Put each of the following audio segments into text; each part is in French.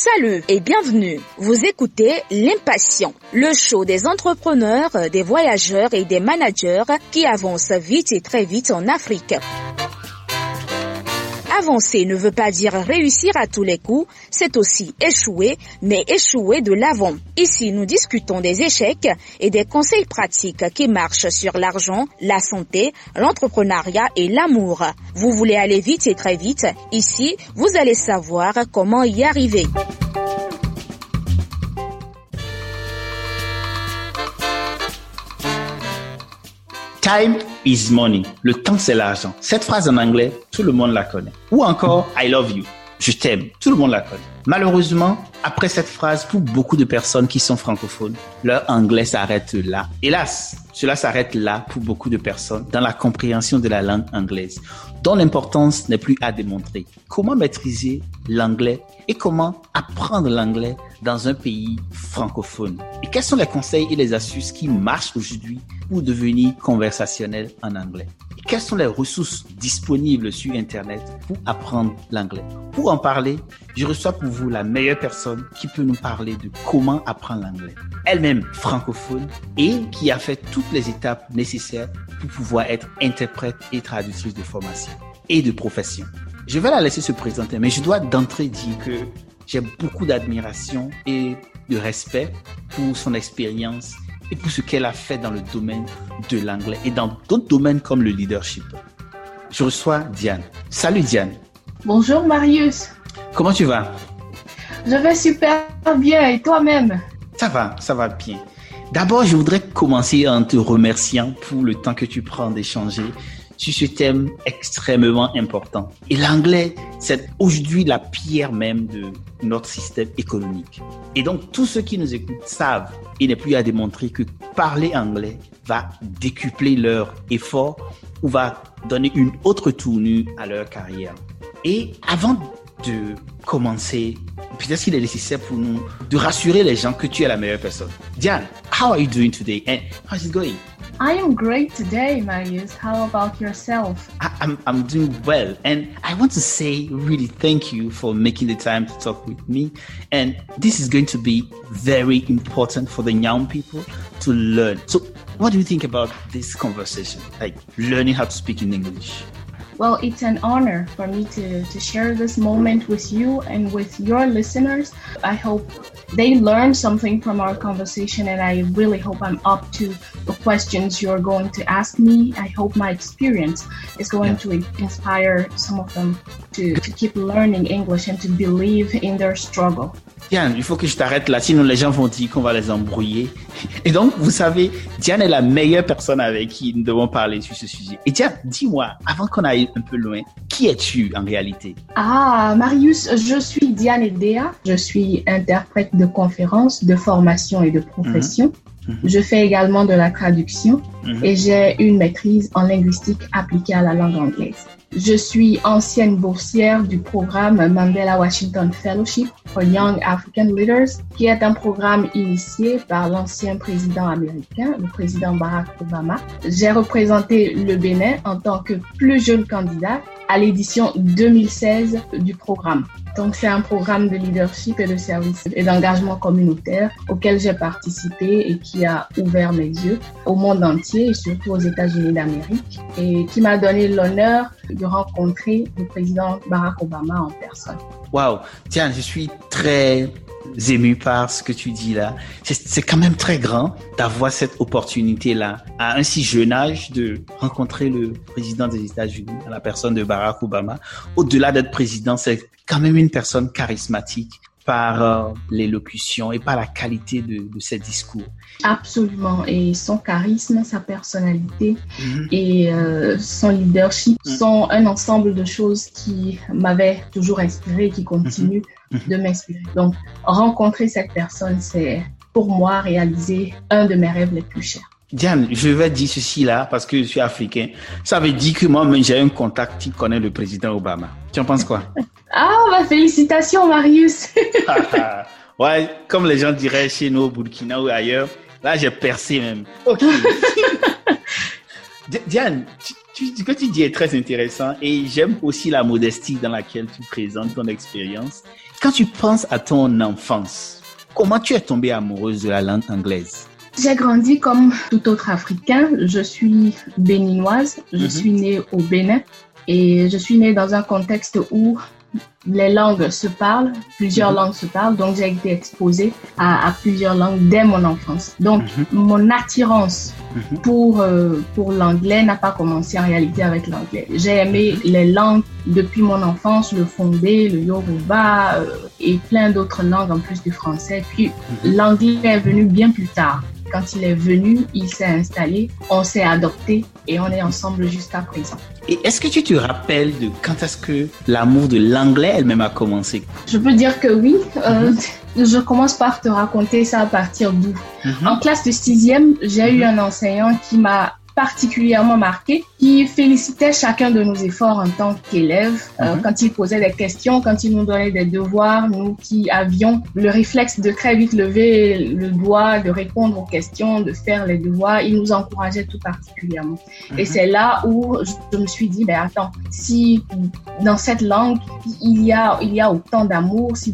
Salut et bienvenue. Vous écoutez L'Impatient, le show des entrepreneurs, des voyageurs et des managers qui avancent vite et très vite en Afrique. Avancer ne veut pas dire réussir à tous les coups, c'est aussi échouer, mais échouer de l'avant. Ici, nous discutons des échecs et des conseils pratiques qui marchent sur l'argent, la santé, l'entrepreneuriat et l'amour. Vous voulez aller vite et très vite? Ici, vous allez savoir comment y arriver. Time is money. Le temps, c'est l'argent. Cette phrase en anglais, tout le monde la connaît. Ou encore, I love you. Je t'aime. Tout le monde la connaît. Malheureusement, après cette phrase, pour beaucoup de personnes qui sont francophones, leur anglais s'arrête là. Hélas, cela s'arrête là pour beaucoup de personnes dans la compréhension de la langue anglaise, dont l'importance n'est plus à démontrer. Comment maîtriser l'anglais et comment apprendre l'anglais dans un pays francophone? Et quels sont les conseils et les astuces qui marchent aujourd'hui pour devenir conversationnel en anglais? Et quelles sont les ressources disponibles sur Internet pour apprendre l'anglais? Pour en parler, je reçois pour vous la meilleure personne qui peut nous parler de comment apprendre l'anglais. Elle-même francophone et qui a fait toutes les étapes nécessaires pour pouvoir être interprète et traductrice de formation et de profession. Je vais la laisser se présenter, mais je dois d'entrée dire que j'ai beaucoup d'admiration et de respect pour son expérience et pour ce qu'elle a fait dans le domaine de l'anglais et dans d'autres domaines comme le leadership. Je reçois Diane. Salut Diane. Bonjour Marius. Comment tu vas? Je vais super bien et toi-même? Ça va bien. D'abord, je voudrais commencer en te remerciant pour le temps que tu prends d'échanger sur ce thème extrêmement important. Et l'anglais, c'est aujourd'hui la pierre même de notre système économique. Et donc, tous ceux qui nous écoutent savent, il n'est plus à démontrer que parler anglais va décupler leur effort ou va donner une autre tournure à leur carrière. Et avant de commencer, peut-être qu'il est nécessaire pour nous de rassurer les gens que tu es la meilleure personne. Diane, how are you doing today and how's it going? I am great today, Marius. How about yourself? I'm doing well, and I want to say really thank you for making the time to talk with me. And this is going to be very important for the young people to learn. So what do you think about this conversation, like learning how to speak in English? Well, it's an honor for me to share this moment with you and with your listeners. I hope they learn something from our conversation, and I really hope I'm up to the questions you're going to ask me. I hope my experience is going to inspire some of them to keep learning English and to believe in their struggle. Diane, il faut que je t'arrête là, sinon les gens vont dire qu'on va les embrouiller. Et donc, vous savez, Diane est la meilleure personne avec qui nous devons parler sur ce sujet. Et Diane, dis-moi, avant qu'on aille un peu loin, qui es-tu en réalité? Ah, Marius, je suis Diane Edea. Je suis interprète de conférences, de formation et de profession. Je fais également de la traduction et j'ai une maîtrise en linguistique appliquée à la langue anglaise. Je suis ancienne boursière du programme Mandela Washington Fellowship for Young African Leaders, qui est un programme initié par l'ancien président américain, le président Barack Obama. J'ai représenté le Bénin en tant que plus jeune candidat à l'édition 2016 du programme. Donc, c'est un programme de leadership et de service et d'engagement communautaire auquel j'ai participé et qui a ouvert mes yeux au monde entier et surtout aux États-Unis d'Amérique et qui m'a donné l'honneur de rencontrer le président Barack Obama en personne. Wow, tiens, je suis très ému par ce que tu dis là. C'est quand même très grand d'avoir cette opportunité-là à un si jeune âge de rencontrer le président des États-Unis, la personne de Barack Obama. Au-delà d'être président, c'est quand même une personne charismatique par l'élocution et par la qualité de ses discours. Absolument. Et son charisme, sa personnalité et son leadership sont un ensemble de choses qui m'avaient toujours inspiré et qui continuent de m'inspirer. Donc, rencontrer cette personne, c'est pour moi réaliser un de mes rêves les plus chers. Diane, je vais dire ceci là parce que je suis africain. Ça veut dire que moi, j'ai un contact qui connaît le président Obama. Tu en penses quoi? Ah, bah, félicitations, Marius. Ouais, comme les gens diraient chez nous au Burkina ou ailleurs, là, j'ai percé même. Ok. Diane, Ce que tu dis est très intéressant et j'aime aussi la modestie dans laquelle tu présentes ton expérience. Quand tu penses à ton enfance, comment tu es tombée amoureuse de la langue anglaise? J'ai grandi comme tout autre Africain. Je suis béninoise. Je suis née au Bénin et je suis née dans un contexte où les langues se parlent, plusieurs langues se parlent, donc j'ai été exposée à plusieurs langues dès mon enfance. Donc, mon attirance pour l'anglais n'a pas commencé en réalité avec l'anglais. J'ai aimé les langues depuis mon enfance, le fondé, le yoruba et plein d'autres langues en plus du français. Puis, l'anglais est venu bien plus tard. Quand il est venu, il s'est installé, on s'est adopté et on est ensemble jusqu'à présent. Et est-ce que tu te rappelles de quand est-ce que l'amour de l'anglais elle-même a commencé? Je peux dire que oui. Je commence par te raconter ça à partir d'où. En classe de 6e, j'ai eu un enseignant qui m'a particulièrement marqué, qui félicitait chacun de nos efforts en tant qu'élèves, quand il posait des questions, quand il nous donnait des devoirs, nous qui avions le réflexe de très vite lever le doigt, de répondre aux questions, de faire les devoirs, il nous encourageait tout particulièrement. Et c'est là où je me suis dit, ben attends, si dans cette langue, il y a autant d'amour, si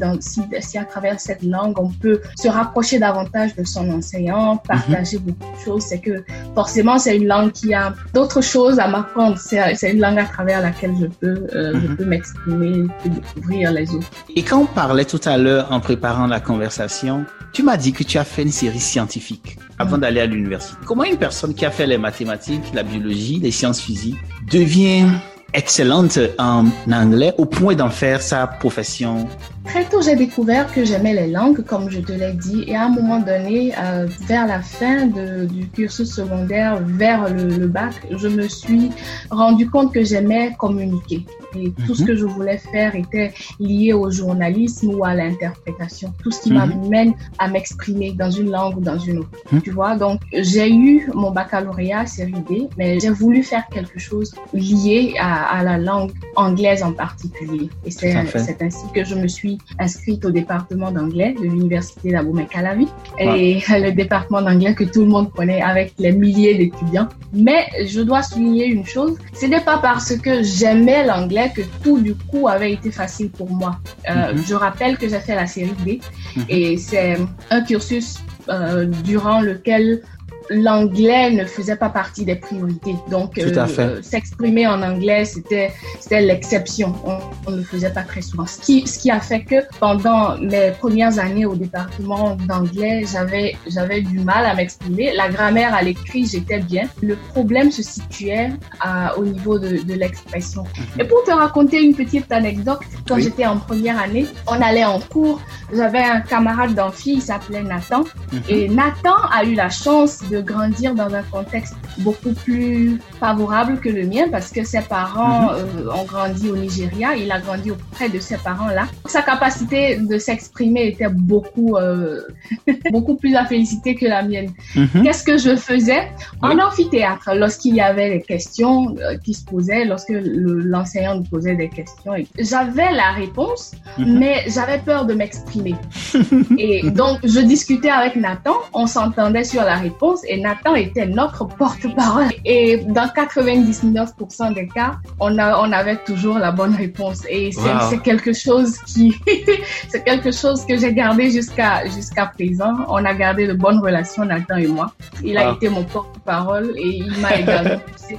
à travers cette langue, on peut se rapprocher davantage de son enseignant, partager beaucoup de choses, c'est que forcément, c'est une langue qui a d'autres choses à m'apprendre. C'est une langue à travers laquelle je peux m'exprimer, découvrir les autres. Et quand on parlait tout à l'heure en préparant la conversation, tu m'as dit que tu as fait une série scientifique avant d'aller à l'université. Comment une personne qui a fait les mathématiques, la biologie, les sciences physiques devient excellente en anglais au point d'en faire sa profession? Très tôt, j'ai découvert que j'aimais les langues, comme je te l'ai dit. Et à un moment donné, vers la fin du cursus secondaire, vers le bac, je me suis rendu compte que j'aimais communiquer. Et tout ce que je voulais faire était lié au journalisme ou à l'interprétation. Tout ce qui m'amène à m'exprimer dans une langue ou dans une autre. Tu vois, donc j'ai eu mon baccalauréat série B, mais j'ai voulu faire quelque chose lié à la langue anglaise en particulier. Et c'est ainsi que je me suis inscrite au département d'anglais de l'université d'Abomey-Calavi. Et le département d'anglais que tout le monde connaît avec les milliers d'étudiants. Mais je dois souligner une chose, ce n'est pas parce que j'aimais l'anglais que tout du coup avait été facile pour moi. Je rappelle que j'ai fait la série B et c'est un cursus durant lequel l'anglais ne faisait pas partie des priorités. Donc, s'exprimer en anglais, c'était l'exception. On ne le faisait pas très souvent. Ce qui a fait que pendant mes premières années au département d'anglais, j'avais du mal à m'exprimer. La grammaire à l'écrit, j'étais bien. Le problème se situait au niveau de l'expression. Et pour te raconter une petite anecdote, quand j'étais en première année, on allait en cours. J'avais un camarade d'amphi, il s'appelait Nathan. Et Nathan a eu la chance de grandir dans un contexte beaucoup plus favorable que le mien parce que ses parents ont grandi au Nigeria. Il a grandi auprès de ses parents-là. Sa capacité de s'exprimer était beaucoup plus à féliciter que la mienne. Qu'est-ce que je faisais? En amphithéâtre, lorsqu'il y avait des questions qui se posaient, lorsque l'enseignant nous posait des questions, j'avais la réponse, mais j'avais peur de m'exprimer. Et donc, je discutais avec Nathan, on s'entendait sur la réponse et Nathan était notre porte-parole. Et dans 99% des cas, on avait toujours la bonne réponse. Et c'est quelque chose c'est quelque chose que j'ai gardé jusqu'à présent. On a gardé de bonnes relations, Nathan et moi. Il a été mon porte-parole et il m'a également poussé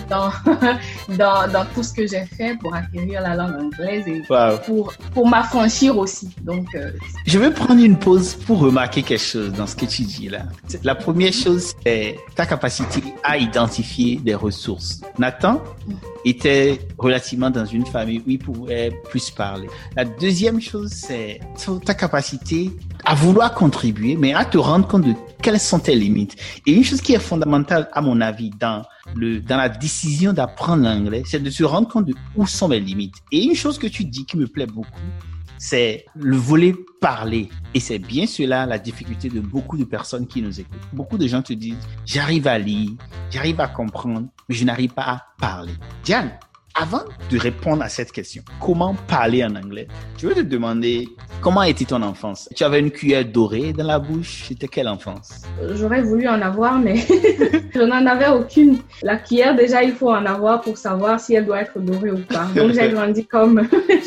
dans tout ce que j'ai fait pour acquérir la langue anglaise et pour m'affranchir aussi. Donc, je vais prendre une pause pour remarquer quelque chose dans ce que tu dis là. La première chose, c'est ta capacité à identifier des ressources. Nathan était relativement dans une famille où il pouvait plus parler. La deuxième chose, c'est ta capacité à vouloir contribuer, mais à te rendre compte de quelles sont tes limites. Et une chose qui est fondamentale, à mon avis, dans la décision d'apprendre l'anglais, c'est de se rendre compte de où sont mes limites. Et une chose que tu dis qui me plaît beaucoup, c'est le volet parler. Et c'est bien cela la difficulté de beaucoup de personnes qui nous écoutent. Beaucoup de gens te disent, j'arrive à lire, j'arrive à comprendre, mais je n'arrive pas à parler. Diane, avant de répondre à cette question, comment parler en anglais, je veux te demander comment était ton enfance? Tu avais une cuillère dorée dans la bouche? C'était quelle enfance? J'aurais voulu en avoir, mais je n'en avais aucune. La cuillère, déjà, il faut en avoir pour savoir si elle doit être dorée ou pas. Donc, j'ai grandi comme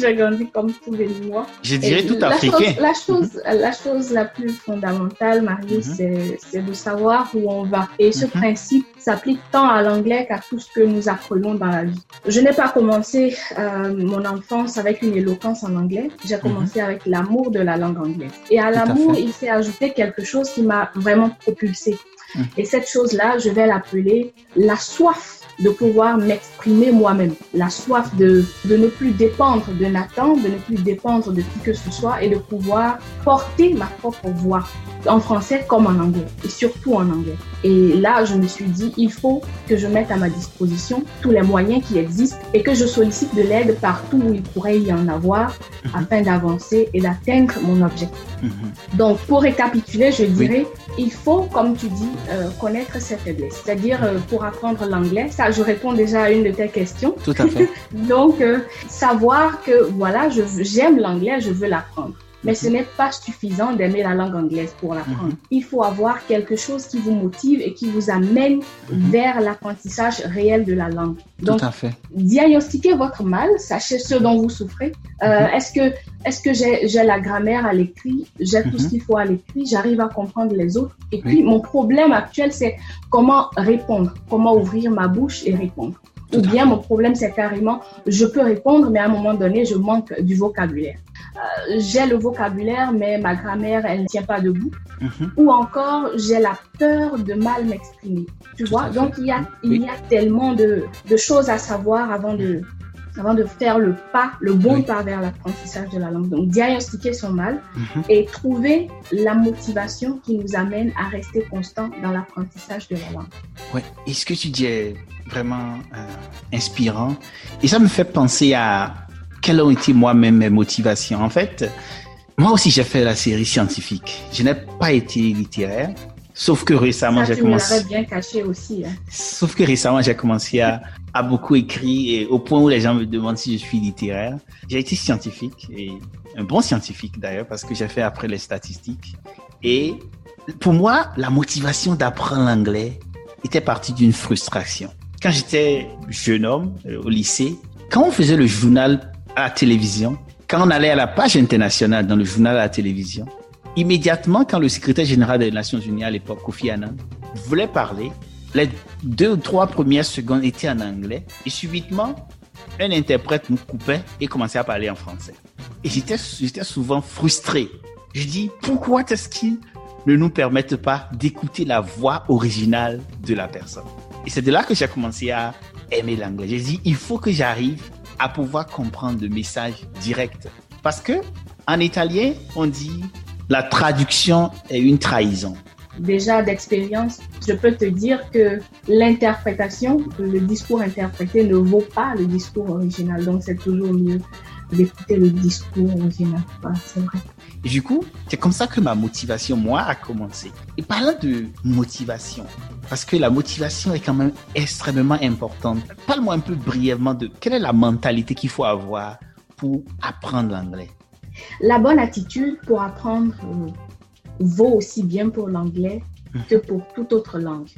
tous les mois. Je dirais tout africain. La chose la plus fondamentale, Marius, c'est de savoir où on va. Et ce principe s'applique tant à l'anglais qu'à tout ce que nous apprenons dans la vie. Je n'ai pas commencé mon enfance avec une éloquence en anglais. J'ai commencé avec l'amour de la langue anglaise. Et à l'amour, il s'est ajouté quelque chose qui m'a vraiment propulsée. Et cette chose-là, je vais l'appeler la soif de pouvoir m'exprimer moi-même. La soif de ne plus dépendre de Nathan, de ne plus dépendre de qui que ce soit et de pouvoir porter ma propre voix en français comme en anglais et surtout en anglais. Et là, je me suis dit, il faut que je mette à ma disposition tous les moyens qui existent et que je sollicite de l'aide partout où il pourrait y en avoir afin d'avancer et d'atteindre mon objectif. Donc, pour récapituler, je dirais, il faut, comme tu dis, connaître ses faiblesses. C'est-à-dire, pour apprendre l'anglais, ça, je réponds déjà à une de tes questions. Tout à fait. Donc, savoir que, voilà, j'aime l'anglais, je veux l'apprendre. Mais ce n'est pas suffisant d'aimer la langue anglaise pour l'apprendre. Il faut avoir quelque chose qui vous motive et qui vous amène vers l'apprentissage réel de la langue. Donc, tout à fait. Diagnostiquez votre mal, sachez ce dont vous souffrez. Est-ce que j'ai la grammaire à l'écrit, j'ai tout ce qu'il faut à l'écrit, j'arrive à comprendre les autres. Et puis, mon problème actuel, c'est comment répondre, comment ouvrir ma bouche et répondre. Ou bien mon problème, c'est carrément, je peux répondre, mais à un moment donné, je manque du vocabulaire. J'ai le vocabulaire, mais ma grammaire, elle ne tient pas debout. Ou encore, j'ai la peur de mal m'exprimer. Tu vois? Donc, il y a tellement de choses à savoir avant de faire le bon pas vers l'apprentissage de la langue. Donc, diagnostiquer son mal et trouver la motivation qui nous amène à rester constant dans l'apprentissage de la langue. Oui, et ce que tu dis est vraiment inspirant. Et ça me fait penser à quelles ont été moi-même mes motivations. En fait, moi aussi, j'ai fait la série scientifique. Je n'ai pas été littéraire. Sauf que récemment, j'ai commencé. Tu me l'avais bien caché aussi. Hein. Sauf que récemment, j'ai commencé à beaucoup écrire et au point où les gens me demandent si je suis littéraire. J'ai été scientifique et un bon scientifique d'ailleurs parce que j'ai fait après les statistiques. Et pour moi, la motivation d'apprendre l'anglais était partie d'une frustration. Quand j'étais jeune homme au lycée, quand on faisait le journal à la télévision, quand on allait à la page internationale dans le journal à la télévision, immédiatement, quand le secrétaire général des Nations Unies à l'époque, Kofi Annan, voulait parler, les 2 ou 3 premières secondes étaient en anglais et subitement, un interprète nous coupait et commençait à parler en français. Et j'étais souvent frustré. Je dis, pourquoi est-ce qu'ils ne nous permettent pas d'écouter la voix originale de la personne? Et c'est de là que j'ai commencé à aimer l'anglais. J'ai dit, il faut que j'arrive à pouvoir comprendre le message direct. Parce que en italien, on dit la traduction est une trahison. Déjà d'expérience, je peux te dire que l'interprétation, le discours interprété ne vaut pas le discours original. Donc, c'est toujours mieux d'écouter le discours original. Voilà, c'est vrai. Et du coup, c'est comme ça que ma motivation, moi, a commencé. Et parlant de motivation, parce que la motivation est quand même extrêmement importante. Parle-moi un peu brièvement de quelle est la mentalité qu'il faut avoir pour apprendre l'anglais. La bonne attitude pour apprendre vaut aussi bien pour l'anglais que pour toute autre langue.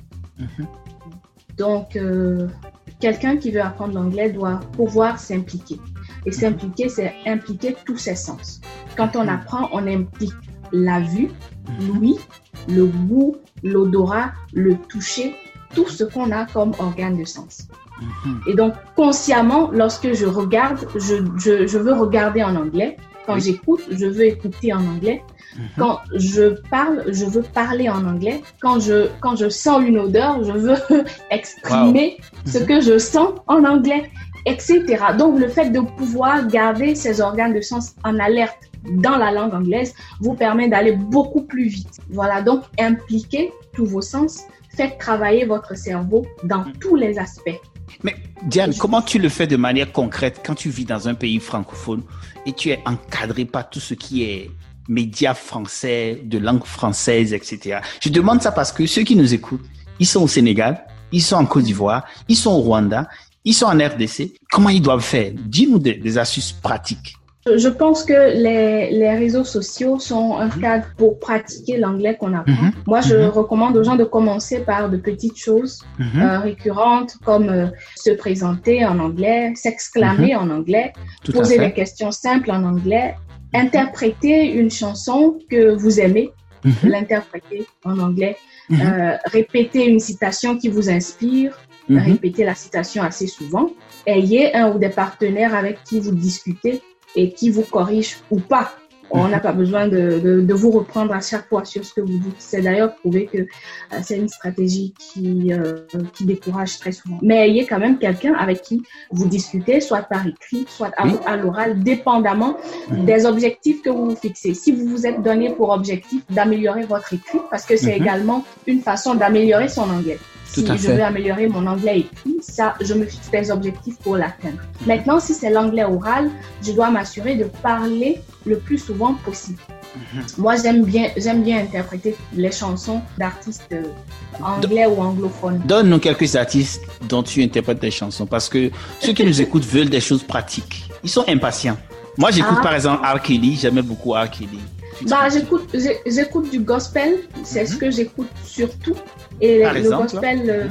Donc, quelqu'un qui veut apprendre l'anglais doit pouvoir s'impliquer. Et s'impliquer, c'est impliquer tous ses sens. Quand on apprend, on implique la vue, l'ouïe, le goût, l'odorat, le toucher, tout ce qu'on a comme organe de sens. Et donc, consciemment, lorsque je regarde, je veux regarder en anglais. Quand j'écoute, je veux écouter en anglais. Quand je parle, je veux parler en anglais. Quand je sens une odeur, je veux exprimer ce que je sens en anglais, etc. Donc, le fait de pouvoir garder ces organes de sens en alerte dans la langue anglaise vous permet d'aller beaucoup plus vite. Voilà, donc impliquez tous vos sens, faites travailler votre cerveau dans tous les aspects. Mais Diane, comment tu le fais de manière concrète quand tu vis dans un pays francophone et tu es encadré par tout ce qui est médias français, de langue française, etc. Je demande ça parce que ceux qui nous écoutent, ils sont au Sénégal, ils sont en Côte d'Ivoire, ils sont au Rwanda, Ils sont en RDC. Comment ils doivent faire? Dis-nous des astuces pratiques. Je pense que les réseaux sociaux sont un cadre pour pratiquer l'anglais qu'on apprend. Moi, je recommande aux gens de commencer par de petites choses récurrentes comme se présenter en anglais, s'exclamer en anglais, poser des questions simples en anglais, interpréter une chanson que vous aimez, l'interpréter en anglais, répéter une citation qui vous inspire, répéter la citation assez souvent, ayez un ou des partenaires avec qui vous discutez et qui vous corrige ou pas. On n'a pas besoin de vous reprendre à chaque fois sur ce que vous dites. C'est d'ailleurs prouvé que c'est une stratégie qui décourage très souvent. Mais ayez quand même quelqu'un avec qui vous discutez, soit par écrit, soit à l'oral, dépendamment des objectifs que vous vous fixez. Si vous vous êtes donné pour objectif d'améliorer votre écrit, parce que c'est également une façon d'améliorer son anglais. Si je veux améliorer mon anglais écrit, ça, je me fixe des objectifs pour l'atteindre. Maintenant, si c'est l'anglais oral, je dois m'assurer de parler le plus souvent possible. Moi, j'aime bien interpréter les chansons d'artistes anglais ou anglophones. Donne-nous quelques artistes dont tu interprètes des chansons, parce que ceux qui nous écoutent veulent des choses pratiques. Ils sont impatients. Moi, j'écoute par exemple R. Kelly. J'aimais beaucoup R. Kelly. J'écoute du gospel. C'est ce que j'écoute surtout. Et le gospel...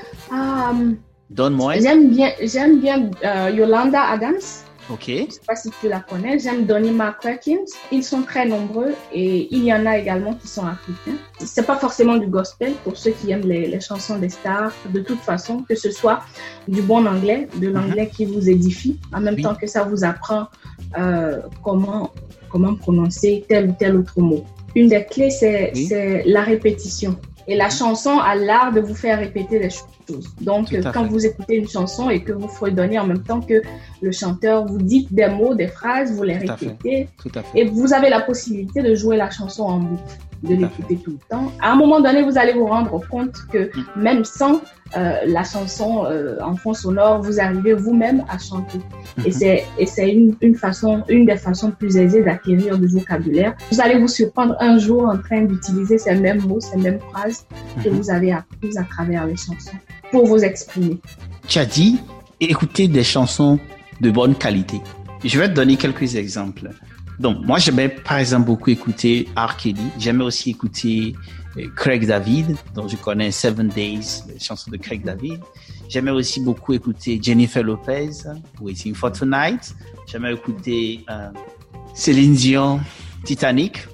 Donne-moi. J'aime bien Yolanda Adams. Ok. Je ne sais pas si tu la connais. J'aime Donnie McClurkin. Ils sont très nombreux et il y en a également qui sont africains. C'est pas forcément du gospel pour ceux qui aiment les chansons des stars. De toute façon, que ce soit du bon anglais, de l'anglais qui vous édifie, en même temps que ça vous apprend comment prononcer tel ou tel autre mot. Une des clés, c'est la répétition. Et la chanson a l'art de vous faire répéter des choses. Donc, quand vous écoutez une chanson et que vous fredonnez en même temps que le chanteur, vous dites des mots, des phrases, vous les répétez. Tout à fait. Et vous avez la possibilité de jouer la chanson en boucle, de l'écouter tout le temps. À un moment donné, vous allez vous rendre compte que même sans la chanson en fond sonore, vous arrivez vous-même à chanter. Et c'est une des façons plus aisées d'acquérir du vocabulaire. Vous allez vous surprendre un jour en train d'utiliser ces mêmes mots, ces mêmes phrases que vous avez apprises à travers les chansons pour vous exprimer. Tu as dit écouter des chansons de bonne qualité. Je vais te donner quelques exemples. Donc, moi, j'aimais par exemple beaucoup écouter R. Kelly. J'aimais aussi écouter Craig David, dont je connais 7 Days, les chansons de Craig David. J'aimais aussi beaucoup écouter Jennifer Lopez, Waiting for Tonight. J'aimais écouter Céline Dion, Titanic.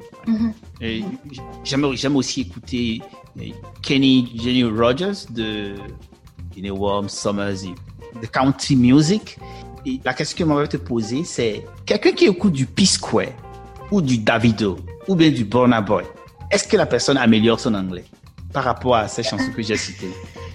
J'aime aussi écouter Kenny Rogers de Warm Summers, de Country Music. Et la question que je vais te poser, c'est quelqu'un qui écoute du P-Square ou du Davido ou bien du Burna Boy, est-ce que la personne améliore son anglais par rapport à ces chansons que j'ai citées?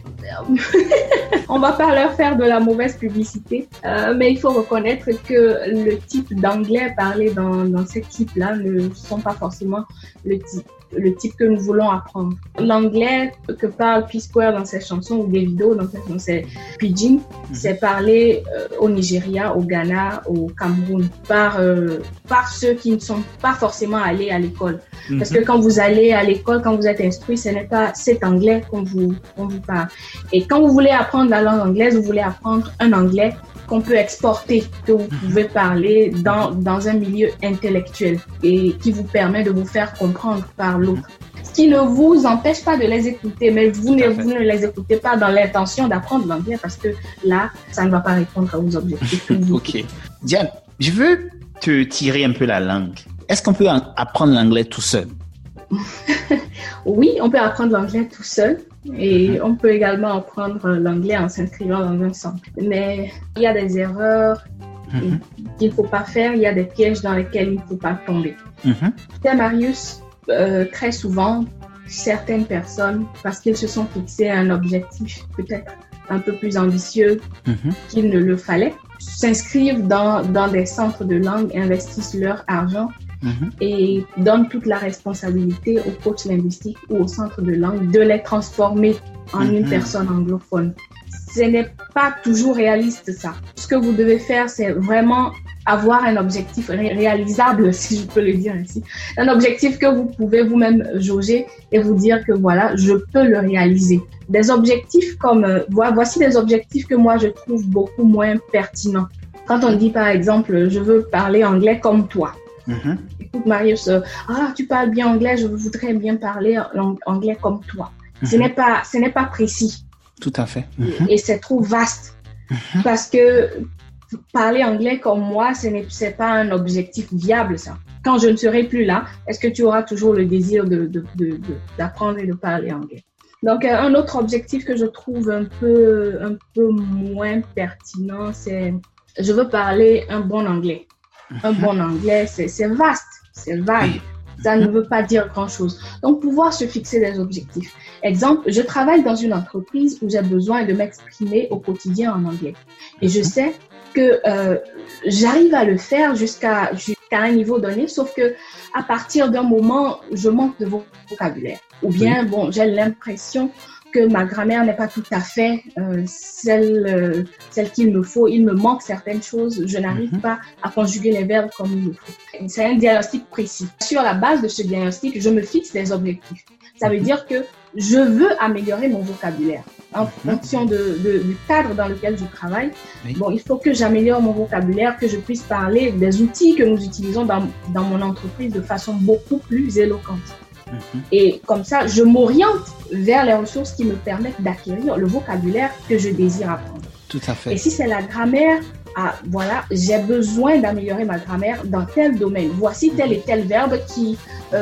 On va pas leur faire de la mauvaise publicité, mais il faut reconnaître que le type d'anglais parlé dans ces clips-là ne sont pas forcément le type que nous voulons apprendre. L'anglais que parle P-Square dans ses chansons ou Davido dans ses pidgin, c'est parlé au Nigeria, au Ghana, au Cameroun par ceux qui ne sont pas forcément allés à l'école. Parce que quand vous allez à l'école, quand vous êtes instruit, ce n'est pas cet anglais qu'on vous parle. Et quand vous voulez apprendre la langue anglaise, vous voulez apprendre un anglais qu'on peut exporter, que vous pouvez parler dans un milieu intellectuel et qui vous permet de vous faire comprendre par l'autre. Ce qui ne vous empêche pas de les écouter, mais vous ne les écoutez pas dans l'intention d'apprendre l'anglais parce que là, ça ne va pas répondre à vos objectifs. Ok. Diane, je veux te tirer un peu la langue. Est-ce qu'on peut apprendre l'anglais tout seul? Oui, on peut apprendre l'anglais tout seul. Et on peut également apprendre l'anglais en s'inscrivant dans un centre. Mais il y a des erreurs qu'il ne faut pas faire, il y a des pièges dans lesquels il ne faut pas tomber. Marius, très souvent, certaines personnes, parce qu'ils se sont fixés un objectif peut-être un peu plus ambitieux qu'il ne le fallait, s'inscrivent dans des centres de langue, investissent leur argent et donnent toute la responsabilité au coach linguistique ou au centre de langue de les transformer en une personne anglophone. Ce n'est pas toujours réaliste, ça. Ce que vous devez faire, c'est vraiment avoir un objectif réalisable, si je peux le dire ainsi. Un objectif que vous pouvez vous-même jauger et vous dire que voilà, je peux le réaliser. Des objectifs comme, voici des objectifs que moi je trouve beaucoup moins pertinents. Quand on dit par exemple, je veux parler anglais comme toi. Mm-hmm. Écoute Marius, tu parles bien anglais, je voudrais bien parler anglais comme toi. Mm-hmm. Ce n'est pas précis. Tout à fait. Mm-hmm. Et c'est trop vaste. Mm-hmm. Parce que parler anglais comme moi, c'est pas un objectif viable, ça. Quand je ne serai plus là, est-ce que tu auras toujours le désir d'apprendre et de parler anglais? Donc, un autre objectif que je trouve un peu moins pertinent, c'est je veux parler un bon anglais. Un bon anglais, c'est vaste, c'est vague. Ça ne veut pas dire grand-chose. Donc, pouvoir se fixer des objectifs. Exemple, je travaille dans une entreprise où j'ai besoin de m'exprimer au quotidien en anglais. Et je sais que j'arrive à le faire jusqu'à un niveau donné, sauf que à partir d'un moment, je manque de vocabulaire. Ou bien, j'ai l'impression que ma grammaire n'est pas tout à fait celle qu'il me faut. Il me manque certaines choses. Je n'arrive pas à conjuguer les verbes comme il le faut. C'est un diagnostic précis. Sur la base de ce diagnostic, je me fixe des objectifs. Ça veut dire que je veux améliorer mon vocabulaire. En fonction du cadre dans lequel je travaille, il faut que j'améliore mon vocabulaire, que je puisse parler des outils que nous utilisons dans mon entreprise de façon beaucoup plus éloquente. Et comme ça, je m'oriente vers les ressources qui me permettent d'acquérir le vocabulaire que je désire apprendre. Tout à fait. Et si c'est la grammaire, j'ai besoin d'améliorer ma grammaire dans tel domaine. Voici tel et tel verbe qui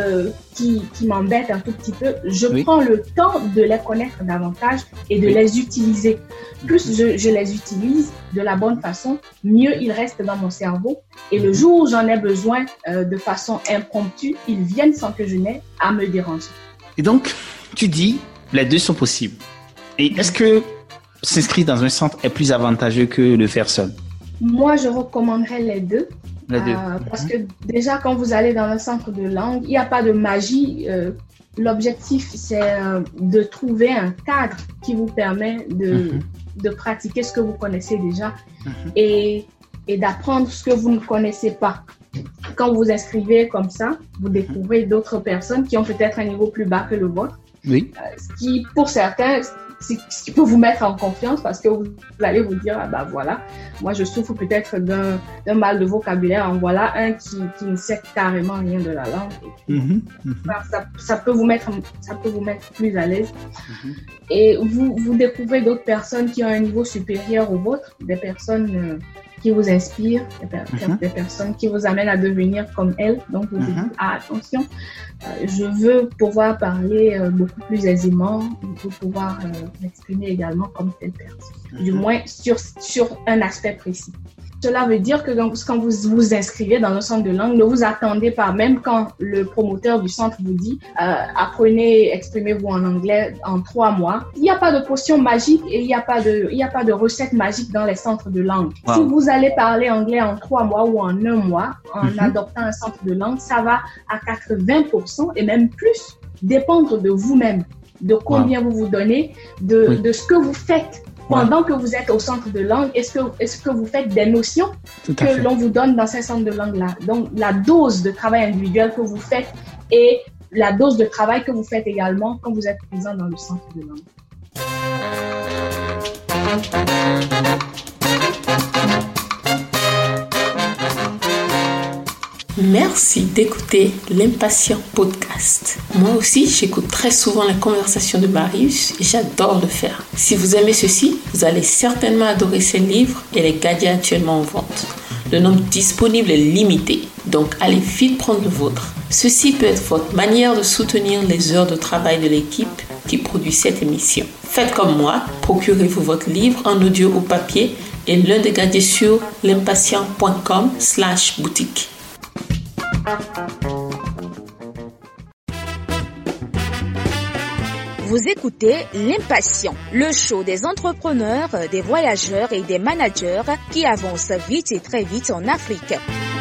m'embête un tout petit peu. Je prends le temps de les connaître davantage et de les utiliser. Plus je les utilise de la bonne façon, mieux ils restent dans mon cerveau. Et le jour où j'en ai besoin de façon impromptue, ils viennent sans que je n'aie à me déranger. Et donc, tu dis, les deux sont possibles. Et est-ce que s'inscrire dans un centre est plus avantageux que le faire seul? Moi, je recommanderais les deux. Parce que déjà, quand vous allez dans un centre de langue, il n'y a pas de magie. L'objectif, c'est de trouver un cadre qui vous permet de pratiquer ce que vous connaissez déjà et d'apprendre ce que vous ne connaissez pas. Quand vous vous inscrivez comme ça, vous découvrez d'autres personnes qui ont peut-être un niveau plus bas que le vôtre. Oui. Ce qui, pour certains, ce qui peut vous mettre en confiance parce que vous allez vous dire, moi je souffre peut-être d'un mal de vocabulaire, en voilà un qui ne sait carrément rien de la langue. Ça peut vous mettre plus à l'aise. Et vous découvrez d'autres personnes qui ont un niveau supérieur au vôtre, des personnes qui vous inspirent, des personnes qui vous amènent à devenir comme elles. Donc, vous dites, attention, je veux pouvoir parler beaucoup plus aisément, je veux pouvoir m'exprimer également comme telle personne. Du moins, sur un aspect précis. Cela veut dire que quand vous vous inscrivez dans un centre de langue, ne vous attendez pas, même quand le promoteur du centre vous dit apprenez, exprimez-vous en anglais en 3 mois. Il n'y a pas de potion magique et il n'y a pas de recette magique dans les centres de langue. Wow. Si vous allez parler anglais en 3 mois ou en 1 mois, en adoptant un centre de langue, ça va à 80% et même plus dépendre de vous-même, de combien vous vous donnez, de ce que vous faites. Pendant que vous êtes au centre de langue, est-ce que vous faites des notions que l'on vous donne dans ces centres de langue-là? Donc, la dose de travail individuel que vous faites et la dose de travail que vous faites également quand vous êtes présent dans le centre de langue. Merci d'écouter l'Impatient Podcast. Moi aussi, j'écoute très souvent les conversations de Marius et j'adore le faire. Si vous aimez ceci, vous allez certainement adorer ces livres et les gadgets actuellement en vente. Le nombre disponible est limité, donc allez vite prendre le vôtre. Ceci peut être votre manière de soutenir les heures de travail de l'équipe qui produit cette émission. Faites comme moi, procurez-vous votre livre en audio ou papier et l'un des gadgets sur l'impatient.com/boutique. Vous écoutez L'Impatient, le show des entrepreneurs, des voyageurs et des managers qui avancent vite et très vite en Afrique.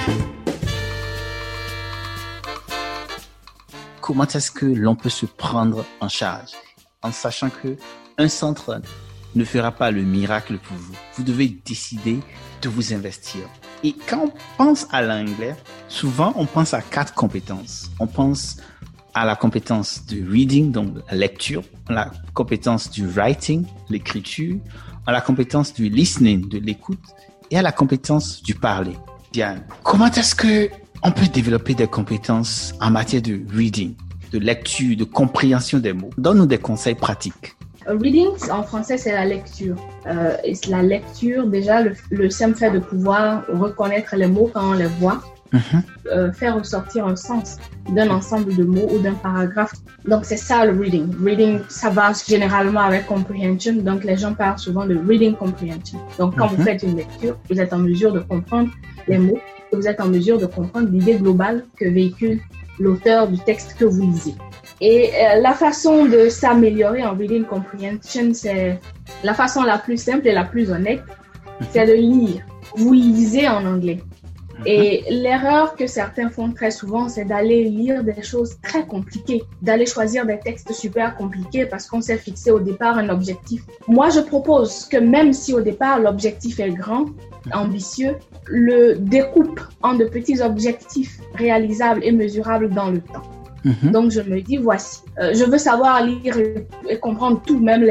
Comment est-ce que l'on peut se prendre en charge en sachant que un centre ne fera pas le miracle pour vous? Vous devez décider de vous investir. Et quand on pense à l'anglais, souvent on pense à 4 compétences. On pense à la compétence de reading, donc la lecture, la compétence du writing, l'écriture, à la compétence du listening, de l'écoute, et à la compétence du parler. Diane, comment est-ce que on peut développer des compétences en matière de reading, de lecture, de compréhension des mots? Donne-nous des conseils pratiques. Reading, en français, c'est la lecture. Et la lecture, déjà, le simple fait de pouvoir reconnaître les mots quand on les voit, faire ressortir un sens d'un ensemble de mots ou d'un paragraphe. Donc, c'est ça le reading. Reading, ça va généralement avec comprehension. Donc, les gens parlent souvent de reading comprehension. Donc, quand vous faites une lecture, vous êtes en mesure de comprendre les mots et vous êtes en mesure de comprendre l'idée globale que véhicule l'auteur du texte que vous lisez. Et la façon de s'améliorer en reading comprehension, c'est la façon la plus simple et la plus honnête, c'est de lire. Vous lisez en anglais. Et l'erreur que certains font très souvent, c'est d'aller lire des choses très compliquées, d'aller choisir des textes super compliqués parce qu'on s'est fixé au départ un objectif. Moi, je propose que même si au départ l'objectif est grand, ambitieux, le découpe en de petits objectifs réalisables et mesurables dans le temps. Donc, je me dis, voici, je veux savoir lire et comprendre tout, même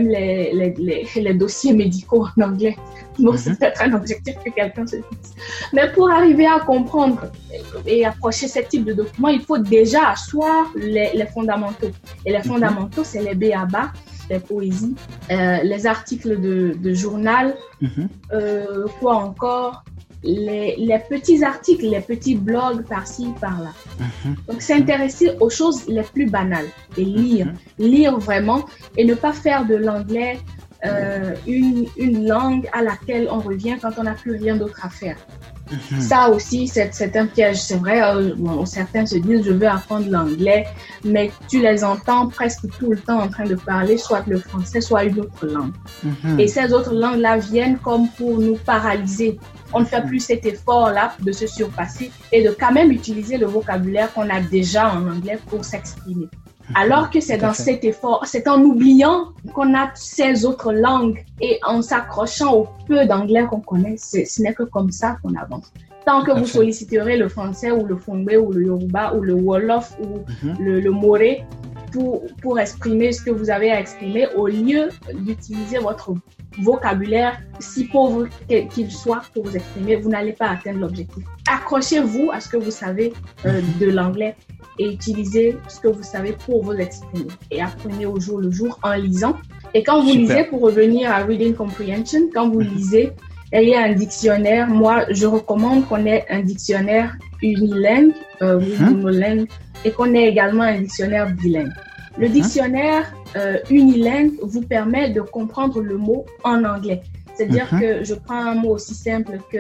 les dossiers médicaux en anglais. Donc, c'est peut-être un objectif que quelqu'un se fixe. Mais pour arriver à comprendre et approcher ce type de document, il faut déjà asseoir les fondamentaux. Et les fondamentaux, c'est les b.a.-ba, les poésies, les articles de journal, quoi encore, les petits articles, les petits blogs par-ci, par-là. Donc, s'intéresser aux choses les plus banales et lire vraiment et ne pas faire de l'anglais une langue à laquelle on revient quand on n'a plus rien d'autre à faire. Ça aussi, c'est un piège. C'est vrai, certains se disent, je veux apprendre l'anglais, mais tu les entends presque tout le temps en train de parler soit le français, soit une autre langue. Et ces autres langues-là viennent comme pour nous paralyser. On ne fait plus cet effort-là de se surpasser et de quand même utiliser le vocabulaire qu'on a déjà en anglais pour s'exprimer. Alors que c'est dans cet effort, c'est en oubliant qu'on a ces autres langues et en s'accrochant au peu d'anglais qu'on connaît, ce n'est que comme ça qu'on avance. Tant que vous solliciterez le français ou le fongbe ou le yoruba ou le wolof ou le moré pour exprimer ce que vous avez à exprimer, au lieu d'utiliser votre vocabulaire, si pauvre qu'il soit, pour vous exprimer, vous n'allez pas atteindre l'objectif. Accrochez-vous à ce que vous savez de l'anglais et utilisez ce que vous savez pour vous exprimer. Et apprenez au jour le jour en lisant. Et quand vous lisez, pour revenir à Reading Comprehension, quand vous lisez, ayez un dictionnaire. Moi, je recommande qu'on ait un dictionnaire unilingue, monolingue, et qu'on ait également un dictionnaire bilingue. Le dictionnaire unilingue vous permet de comprendre le mot en anglais. C'est-à-dire que je prends un mot aussi simple que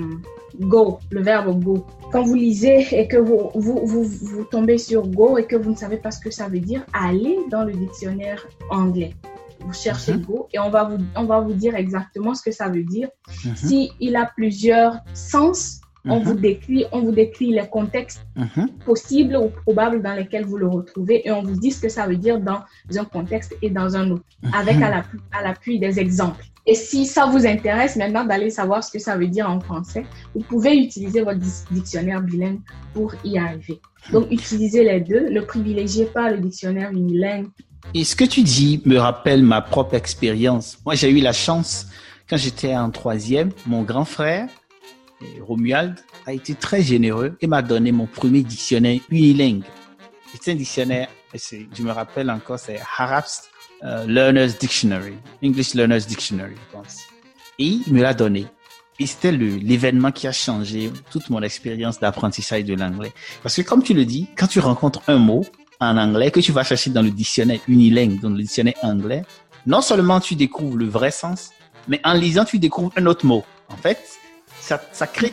go, le verbe go. Quand vous lisez et que vous tombez sur go et que vous ne savez pas ce que ça veut dire, allez dans le dictionnaire anglais. Vous cherchez go et on va vous dire exactement ce que ça veut dire. Si il a plusieurs sens, on vous décrit les contextes possibles ou probables dans lesquels vous le retrouvez et on vous dit ce que ça veut dire dans un contexte et dans un autre, avec à l'appui des exemples. Et si ça vous intéresse maintenant d'aller savoir ce que ça veut dire en français, vous pouvez utiliser votre dictionnaire bilingue pour y arriver. Donc, utilisez les deux, ne privilégiez pas le dictionnaire unilingue. Et ce que tu dis me rappelle ma propre expérience. Moi, j'ai eu la chance, quand j'étais en 3e, mon grand frère, Romuald, a été très généreux et m'a donné mon premier dictionnaire unilingue. C'est un dictionnaire, je me rappelle encore, c'est Harap's Learner's Dictionary, English Learner's Dictionary, je pense. Et il me l'a donné. Et c'était l'événement qui a changé toute mon expérience d'apprentissage de l'anglais. Parce que comme tu le dis, quand tu rencontres un mot en anglais que tu vas chercher dans le dictionnaire unilingue, dans le dictionnaire anglais, non seulement tu découvres le vrai sens, mais en lisant, tu découvres un autre mot. En fait, ça crée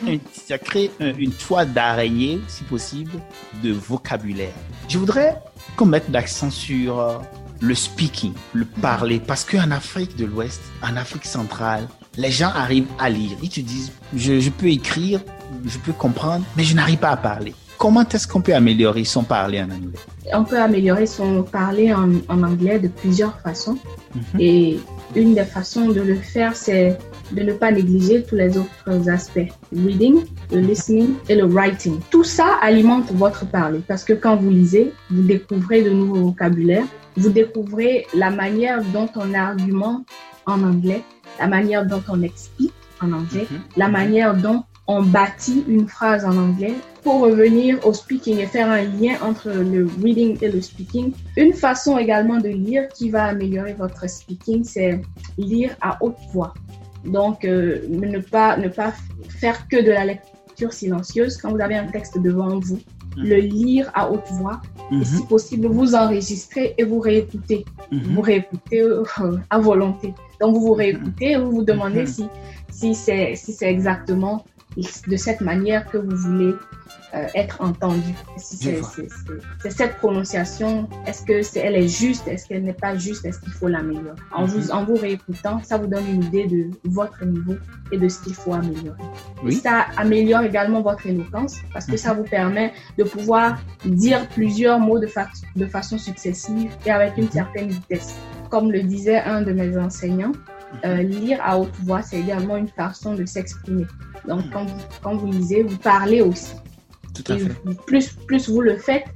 une toile d'araignée, si possible, de vocabulaire. Je voudrais qu'on mette l'accent sur le speaking, le parler, parce qu'en Afrique de l'Ouest, en Afrique centrale, les gens arrivent à lire. Ils te disent, je peux écrire, je peux comprendre, mais je n'arrive pas à parler. Comment est-ce qu'on peut améliorer son parler en anglais? On peut améliorer son parler en anglais de plusieurs façons. Et une des façons de le faire, c'est de ne pas négliger tous les autres aspects. Reading, le listening et le writing. Tout ça alimente votre parler parce que quand vous lisez, vous découvrez de nouveaux vocabulaires, vous découvrez la manière dont on argumente en anglais, la manière dont on explique en anglais, la manière dont on bâtit une phrase en anglais. Pour revenir au speaking et faire un lien entre le reading et le speaking, une façon également de lire qui va améliorer votre speaking, c'est lire à haute voix. Donc, ne pas faire que de la lecture silencieuse. Quand vous avez un texte devant vous, le lire à haute voix, et si possible, vous enregistrez et vous réécoutez. Vous réécoutez à volonté. Donc, vous réécoutez et vous vous demandez si c'est exactement de cette manière que vous voulez être entendu. Si c'est cette prononciation, est-ce que elle est juste, est-ce qu'elle n'est pas juste, est-ce qu'il faut l'améliorer? En vous réécoutant, ça vous donne une idée de votre niveau et de ce qu'il faut améliorer. Oui. Et ça améliore également votre éloquence parce que ça vous permet de pouvoir dire plusieurs mots de façon successive et avec une certaine vitesse. Comme le disait un de mes enseignants, lire à haute voix, c'est également une façon de s'exprimer. Donc, quand vous lisez, vous parlez aussi. Tout à fait. Plus vous le faites,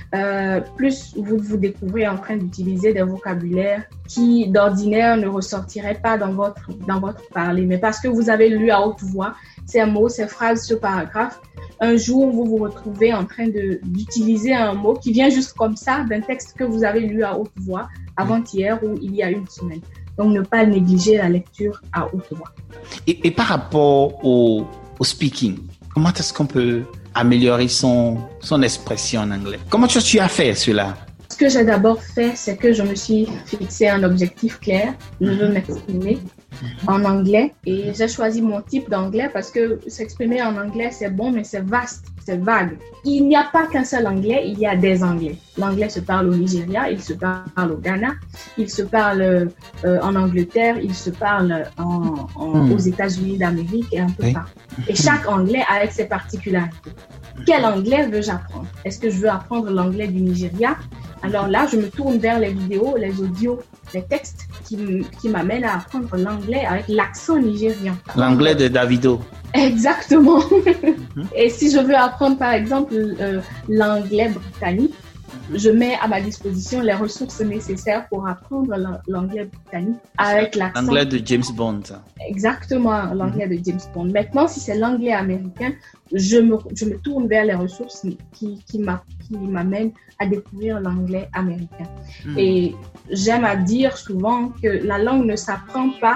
plus vous découvrez en train d'utiliser des vocabulaires qui, d'ordinaire, ne ressortiraient pas dans votre parler. Mais parce que vous avez lu à haute voix ces mots, ces phrases, ce paragraphe, un jour, vous vous retrouvez en train d'utiliser un mot qui vient juste comme ça d'un texte que vous avez lu à haute voix avant-hier ou il y a une semaine. Donc, ne pas négliger la lecture à haute voix. Et par rapport au speaking, comment est-ce qu'on peut améliorer son expression en anglais? Comment tu as fait cela? Ce que j'ai d'abord fait, c'est que je me suis fixé un objectif clair. Je veux m'exprimer en anglais et j'ai choisi mon type d'anglais parce que s'exprimer en anglais, c'est bon, mais c'est vaste, c'est vague. Il n'y a pas qu'un seul anglais, il y a des anglais. L'anglais se parle au Nigeria, il se parle au Ghana, il se parle en Angleterre, il se parle aux États-Unis d'Amérique et un peu partout. Et chaque anglais a avec ses particularités. Quel anglais veux-je apprendre? Est-ce que je veux apprendre l'anglais du Nigeria? Alors là, je me tourne vers les vidéos, les audios, les textes qui m'amènent à apprendre l'anglais avec l'accent nigérian. L'anglais de Davido. Exactement. Et si je veux apprendre, par exemple, l'anglais britannique, je mets à ma disposition les ressources nécessaires pour apprendre l'anglais britannique avec l'accent. L'anglais de James Bond. Exactement, l'anglais de James Bond. Maintenant, si c'est l'anglais américain, je me tourne vers les ressources qui m'amènent à découvrir l'anglais américain. Et j'aime à dire souvent que la langue ne s'apprend pas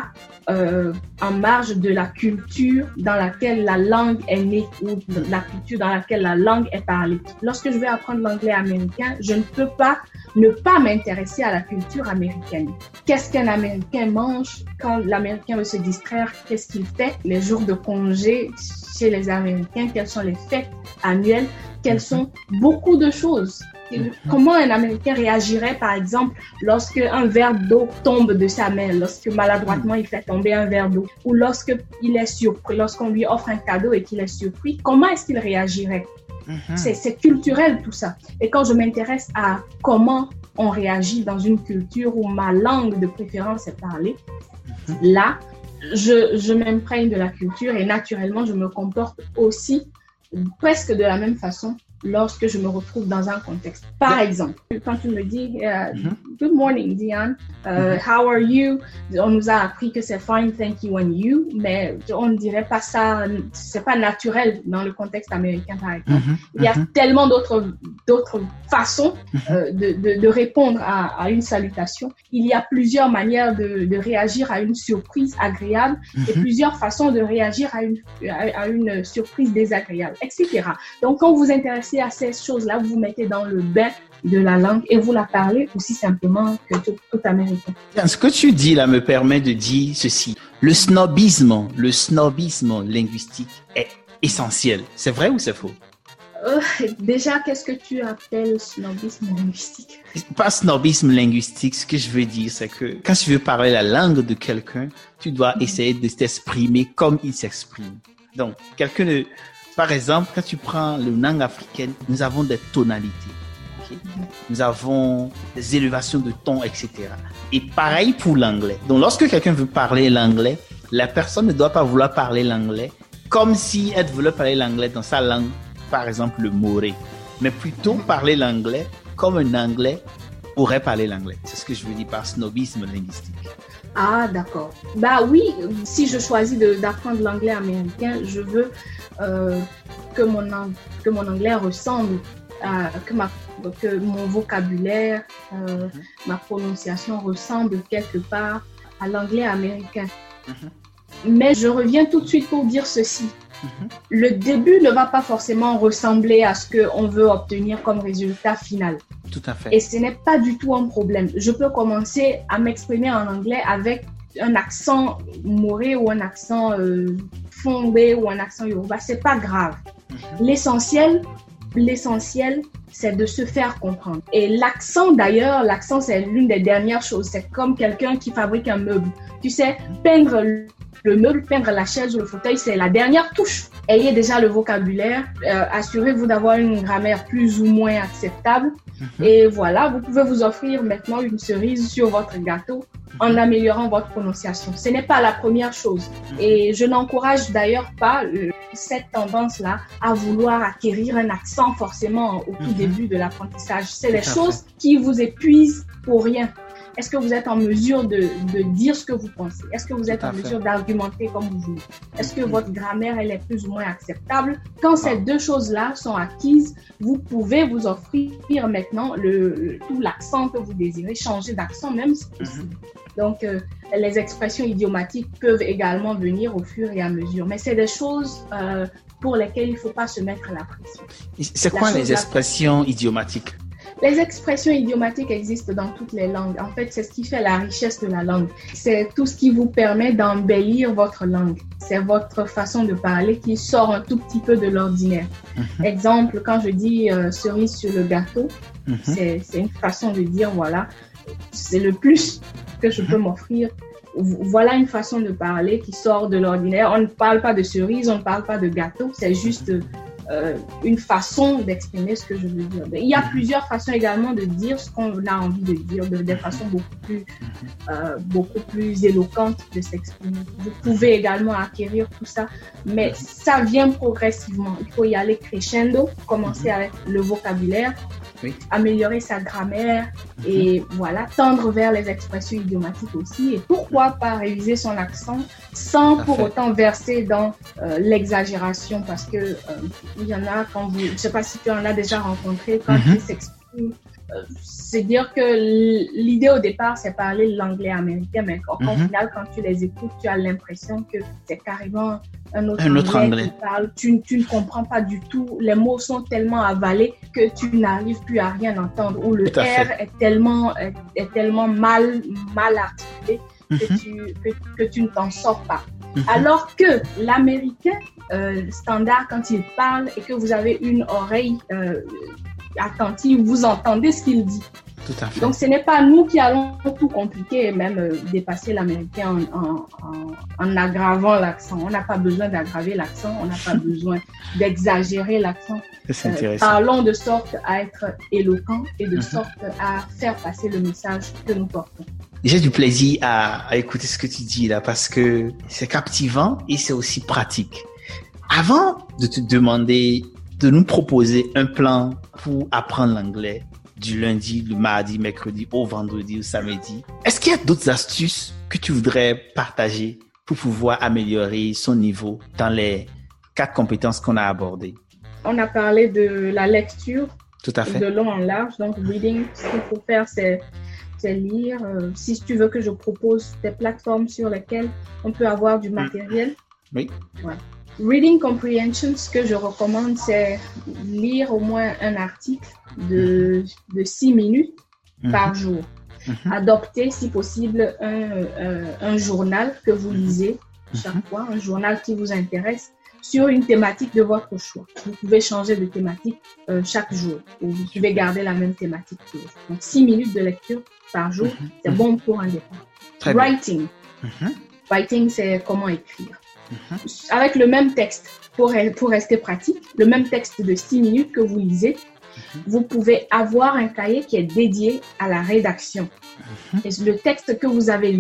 en marge de la culture dans laquelle la langue est née ou de la culture dans laquelle la langue est parlée. Lorsque je vais apprendre l'anglais américain, je ne peux pas ne pas m'intéresser à la culture américaine. Qu'est-ce qu'un Américain mange quand l'Américain veut se distraire? Qu'est-ce qu'il fait? Les jours de congé chez les Américains, quelles sont les fêtes annuelles? Quelles sont beaucoup de choses? Comment un Américain réagirait, par exemple, lorsque un verre d'eau tombe de sa main, lorsque maladroitement il fait tomber un verre d'eau, ou lorsqu'il est surpris, lorsqu'on lui offre un cadeau et qu'il est surpris, comment est-ce qu'il réagirait? C'est culturel tout ça. Et quand je m'intéresse à comment on réagit dans une culture où ma langue de préférence est parlée, là, je m'imprègne de la culture et naturellement, je me comporte aussi presque de la même façon lorsque je me retrouve dans un contexte. Par exemple, quand tu me dis Good morning, Diane, how are you? On nous a appris que c'est fine, thank you, and you, mais on ne dirait pas ça, c'est pas naturel dans le contexte américain, par exemple. Il y a tellement d'autres façons de répondre à une salutation. Il y a plusieurs manières de réagir à une surprise agréable et plusieurs façons de réagir à une surprise désagréable, etc. Donc, quand vous vous intéressez à ces choses-là, vous vous mettez dans le bain de la langue et vous la parlez aussi simplement que tout Américain. Ce que tu dis là me permet de dire ceci. Le snobisme linguistique est essentiel. C'est vrai ou c'est faux? Déjà, qu'est-ce que tu appelles snobisme linguistique? Pas snobisme linguistique, ce que je veux dire, c'est que quand tu veux parler la langue de quelqu'un, tu dois essayer de t'exprimer comme il s'exprime. Donc, par exemple, quand tu prends le langue africaine, nous avons des tonalités. Okay? Nous avons des élévations de ton, etc. Et pareil pour l'anglais. Donc, lorsque quelqu'un veut parler l'anglais, La personne ne doit pas vouloir parler l'anglais comme si elle voulait parler l'anglais dans sa langue, par exemple le moré, mais plutôt parler l'anglais comme un anglais pourrait parler l'anglais. C'est ce que je veux dire par snobisme linguistique. Ah, d'accord. Bah oui, si je choisis d'apprendre l'anglais américain, je veux que mon anglais ressemble à que mon vocabulaire, ma prononciation ressemble quelque part à l'anglais américain. Mais je reviens tout de suite pour dire ceci. Le début ne va pas forcément ressembler à ce qu'on veut obtenir comme résultat final. Tout à fait. Et ce n'est pas du tout un problème. Je peux commencer à m'exprimer en anglais avec un accent moré ou un accent fondé ou un accent yoruba. C'est pas grave. L'essentiel, c'est de se faire comprendre. Et l'accent, c'est l'une des dernières choses. C'est comme quelqu'un qui fabrique un meuble. Tu sais, peindre le meuble, peindre la chaise ou le fauteuil, c'est la dernière touche. Ayez déjà le vocabulaire. Assurez-vous d'avoir une grammaire plus ou moins acceptable. Et voilà, vous pouvez vous offrir maintenant une cerise sur votre gâteau en améliorant votre prononciation. Ce n'est pas la première chose. Et je n'encourage d'ailleurs pas cette tendance-là à vouloir acquérir un accent forcément au tout début de l'apprentissage. C'est des choses qui vous épuisent pour rien. Est-ce que vous êtes en mesure de dire ce que vous pensez? Est-ce que vous êtes en mesure d'argumenter comme vous voulez? Est-ce que votre grammaire, elle est plus ou moins acceptable? Quand ces deux choses-là sont acquises, vous pouvez vous offrir maintenant tout l'accent que vous désirez, changer d'accent même si possible. Donc, les expressions idiomatiques peuvent également venir au fur et à mesure. Mais c'est des choses pour lesquelles il ne faut pas se mettre la pression. C'est quoi les expressions idiomatiques? Les expressions idiomatiques existent dans toutes les langues. En fait, c'est ce qui fait la richesse de la langue. C'est tout ce qui vous permet d'embellir votre langue. C'est votre façon de parler qui sort un tout petit peu de l'ordinaire. Exemple, quand je dis cerise sur le gâteau, c'est une façon de dire, voilà, c'est le plus que je peux m'offrir. Voilà une façon de parler qui sort de l'ordinaire. On ne parle pas de cerise, on ne parle pas de gâteau, c'est juste une façon d'exprimer ce que je veux dire. Il y a plusieurs façons également de dire ce qu'on a envie de dire, des façons beaucoup plus éloquentes de s'exprimer. Vous pouvez également acquérir tout ça, mais ça vient progressivement. Il faut y aller crescendo, commencer avec le vocabulaire, améliorer sa grammaire et voilà, tendre vers les expressions idiomatiques aussi. Et pourquoi pas réviser son accent sans pour autant verser dans l'exagération, parce que il y en a, je ne sais pas si tu en as déjà rencontré, quand ils s'expriment, c'est dire que l'idée au départ, c'est parler l'anglais américain, mais au final, quand tu les écoutes, tu as l'impression que c'est carrément un autre anglais qui parle. Tu ne comprends pas du tout. Les mots sont tellement avalés que tu n'arrives plus à rien entendre, ou le R est tellement mal articulé que tu ne t'en sors pas. Alors que l'américain standard, quand il parle et que vous avez une oreille attentive, vous entendez ce qu'il dit. Tout à fait. Donc, ce n'est pas nous qui allons tout compliquer et même dépasser l'américain en aggravant l'accent. On n'a pas besoin d'aggraver l'accent, on n'a pas besoin d'exagérer l'accent. C'est intéressant. Parlons de sorte à être éloquent et de sorte à faire passer le message que nous portons. J'ai du plaisir à écouter ce que tu dis là parce que c'est captivant et c'est aussi pratique. Avant de te demander de nous proposer un plan pour apprendre l'anglais du lundi, le mardi, mercredi, au vendredi, au samedi, est-ce qu'il y a d'autres astuces que tu voudrais partager pour pouvoir améliorer son niveau dans les 4 compétences qu'on a abordées? On a parlé de la lecture. Tout à fait. De long en large. Donc, reading, ce qu'il faut faire, c'est lire. Si tu veux que je propose des plateformes sur lesquelles on peut avoir du matériel. Oui. Ouais. Reading comprehension, ce que je recommande, c'est lire au moins un article de 6 minutes par jour. Adopter, si possible, un journal que vous lisez chaque fois, un journal qui vous intéresse sur une thématique de votre choix. Vous pouvez changer de thématique chaque jour ou vous pouvez garder la même thématique toujours. Donc, 6 minutes de lecture par jour, c'est bon pour un départ. Writing. Writing, c'est comment écrire. Avec le même texte, pour rester pratique, le même texte de 6 minutes que vous lisez, vous pouvez avoir un cahier qui est dédié à la rédaction. Et le texte que vous avez lu,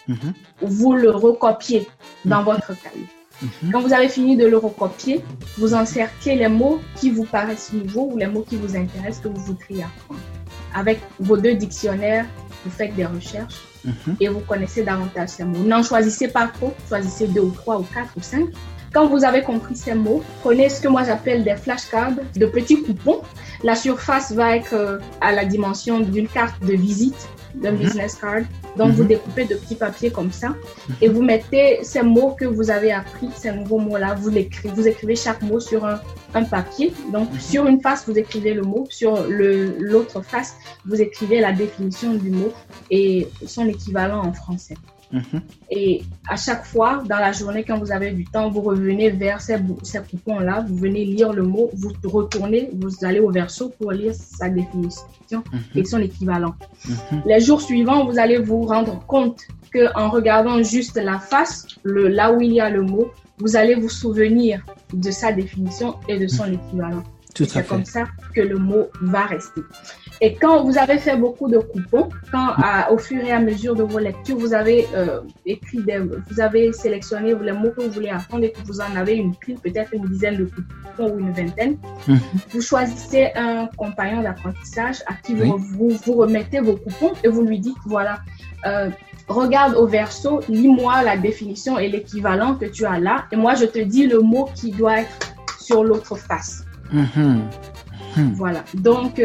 vous le recopiez dans votre cahier. Quand vous avez fini de le recopier, vous encerclez les mots qui vous paraissent nouveaux ou les mots qui vous intéressent, que vous voudriez apprendre. Avec vos 2 dictionnaires, vous faites des recherches et vous connaissez davantage ces mots. N'en choisissez pas trop, choisissez 2 ou 3 ou 4 ou 5. Quand vous avez compris ces mots, prenez ce que moi j'appelle des flashcards, de petits coupons. La surface va être à la dimension d'une carte de visite, d'un business card. Donc, vous découpez de petits papiers comme ça et vous mettez ces mots que vous avez appris, ces nouveaux mots-là, vous écrivez chaque mot sur un papier. Donc, sur une face, vous écrivez le mot, sur l'autre face, vous écrivez la définition du mot et son équivalent en français. Et à chaque fois, dans la journée, quand vous avez du temps, vous revenez vers ces coupons-là, vous venez lire le mot, vous retournez, vous allez au verso pour lire sa définition et son équivalent. Les jours suivants, vous allez vous rendre compte qu'en regardant juste la face, là où il y a le mot, vous allez vous souvenir de sa définition et de son équivalent. C'est comme ça que le mot va rester. Et quand vous avez fait beaucoup de coupons, au fur et à mesure de vos lectures, vous avez vous avez sélectionné les mots que vous voulez apprendre et que vous en avez une pile, peut-être une dizaine de coupons ou une vingtaine. Vous choisissez un compagnon d'apprentissage à qui vous remettez vos coupons et vous lui dites, voilà, regarde au verso, lis-moi la définition et l'équivalent que tu as là, et moi je te dis le mot qui doit être sur l'autre face. Voilà. Donc,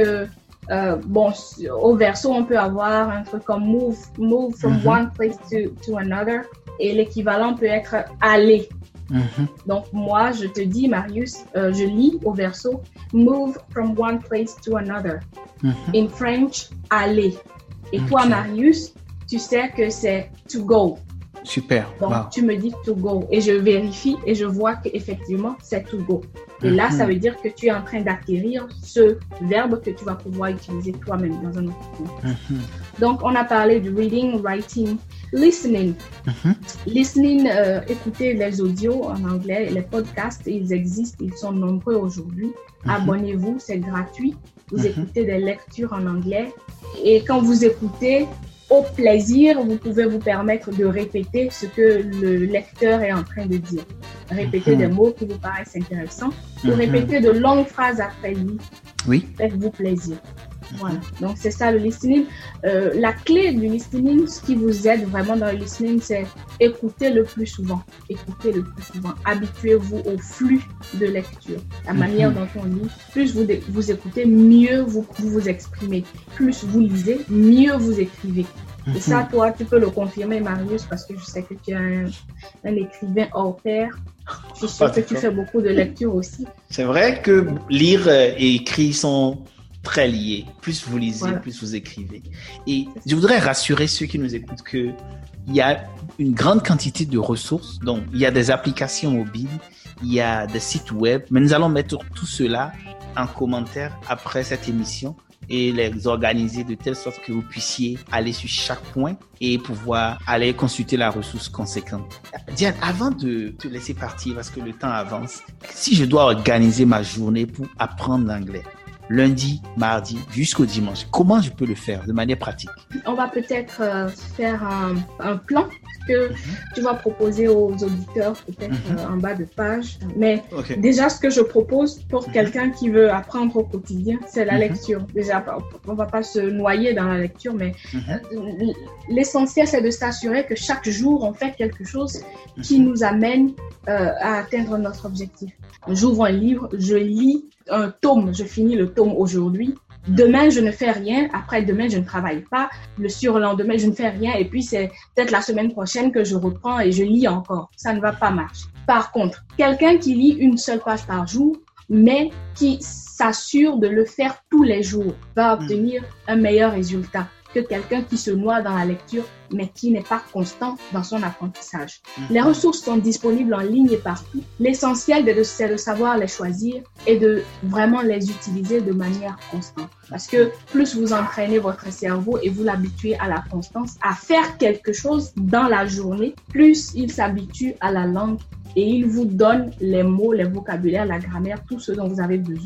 au verso, on peut avoir un truc comme move from one place to another, et l'équivalent peut être aller. Donc, moi, je te dis, Marius, je lis au verso, move from one place to another. In French, aller. Et toi, Marius, tu sais que c'est to go. Super. Donc, tu me dis to go et je vérifie et je vois qu'effectivement, c'est to go. Et là, ça veut dire que tu es en train d'acquérir ce verbe que tu vas pouvoir utiliser toi-même dans un autre contexte. Donc, on a parlé du reading, writing, listening. Listening, écoutez les audios en anglais, les podcasts, ils existent, ils sont nombreux aujourd'hui. Abonnez-vous, c'est gratuit. Vous écoutez des lectures en anglais. Et quand vous écoutez, au plaisir, vous pouvez vous permettre de répéter ce que le lecteur est en train de dire. Répéter des mots qui vous paraissent intéressants, ou répéter de longues phrases après lui. Oui. Faites-vous plaisir. Voilà. Donc, c'est ça le listening. La clé du listening, ce qui vous aide vraiment dans le listening, c'est écouter le plus souvent. Écoutez le plus souvent. Habituez-vous au flux de lecture. La manière dont on lit. Plus vous écoutez, mieux vous exprimez. Plus vous lisez, mieux vous écrivez. Et ça, toi, tu peux le confirmer, Marius, parce que je sais que tu es un écrivain hors pair. Je suis sûre que tu fais beaucoup de lectures aussi. C'est vrai que lire et écrire sont très liés. Plus vous lisez, plus vous écrivez. Et je voudrais rassurer ceux qui nous écoutent qu'il y a une grande quantité de ressources. Donc, il y a des applications mobiles, il y a des sites web, mais nous allons mettre tout cela en commentaire après cette émission et les organiser de telle sorte que vous puissiez aller sur chaque point et pouvoir aller consulter la ressource conséquente. Diane, avant de te laisser partir, parce que le temps avance, si je dois organiser ma journée pour apprendre l'anglais, lundi, mardi, jusqu'au dimanche, comment je peux le faire de manière pratique? On va peut-être faire un plan que tu vas proposer aux auditeurs, peut-être en bas de page. Mais déjà, ce que je propose pour quelqu'un qui veut apprendre au quotidien, c'est la lecture. Déjà, on ne va pas se noyer dans la lecture, mais l'essentiel, c'est de s'assurer que chaque jour, on fait quelque chose qui nous amène à atteindre notre objectif. J'ouvre un livre, je lis un tome, je finis le tome aujourd'hui. Demain, je ne fais rien. Après-demain, je ne travaille pas. Le surlendemain, je ne fais rien. Et puis, c'est peut-être la semaine prochaine que je reprends et je lis encore. Ça ne va pas marcher. Par contre, quelqu'un qui lit une seule page par jour, mais qui s'assure de le faire tous les jours, va obtenir un meilleur résultat que quelqu'un qui se noie dans la lecture, mais qui n'est pas constant dans son apprentissage. Les ressources sont disponibles en ligne et partout. L'essentiel, c'est de savoir les choisir et de vraiment les utiliser de manière constante. Parce que plus vous entraînez votre cerveau et vous l'habituez à la constance, à faire quelque chose dans la journée, plus il s'habitue à la langue et il vous donne les mots, les vocabulaires, la grammaire, tout ce dont vous avez besoin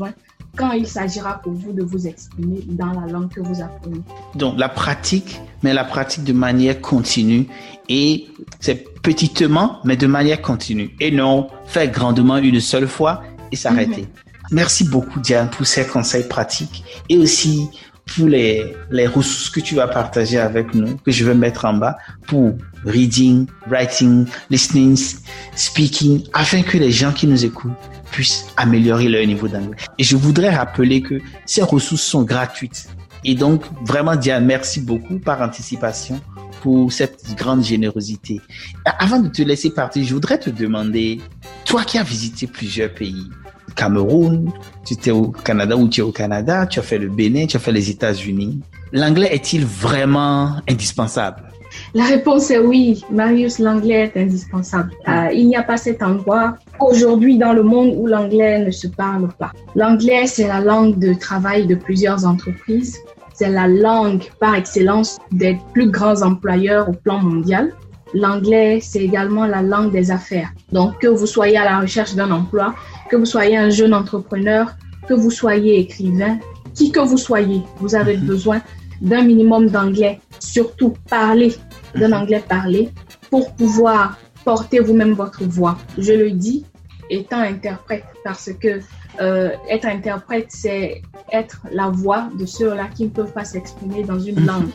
quand il s'agira pour vous de vous exprimer dans la langue que vous apprenez. Donc, la pratique de manière continue et c'est petitement, mais de manière continue et non faire grandement une seule fois et s'arrêter. Merci beaucoup, Diane, pour ces conseils pratiques et aussi pour les ressources que tu vas partager avec nous, que je vais mettre en bas pour reading, writing, listening, speaking, afin que les gens qui nous écoutent puissent améliorer leur niveau d'anglais. Et je voudrais rappeler que ces ressources sont gratuites. Et donc, vraiment, Diane, merci beaucoup par anticipation pour cette grande générosité. Avant de te laisser partir, je voudrais te demander, toi qui as visité plusieurs pays, Cameroun, tu étais au Canada ou tu es au Canada, tu as fait le Bénin, tu as fait les États-Unis. L'anglais est-il vraiment indispensable? La réponse est oui, Marius, l'anglais est indispensable. Il n'y a pas cet endroit aujourd'hui dans le monde où l'anglais ne se parle pas. L'anglais, c'est la langue de travail de plusieurs entreprises. C'est la langue par excellence des plus grands employeurs au plan mondial. L'anglais, c'est également la langue des affaires. Donc, que vous soyez à la recherche d'un emploi, que vous soyez un jeune entrepreneur, que vous soyez écrivain, qui que vous soyez, vous avez besoin d'un minimum d'anglais, surtout parler, d'un anglais parlé, pour pouvoir porter vous-même votre voix. Je le dis, étant interprète, parce que être interprète, c'est être la voix de ceux-là qui ne peuvent pas s'exprimer dans une langue.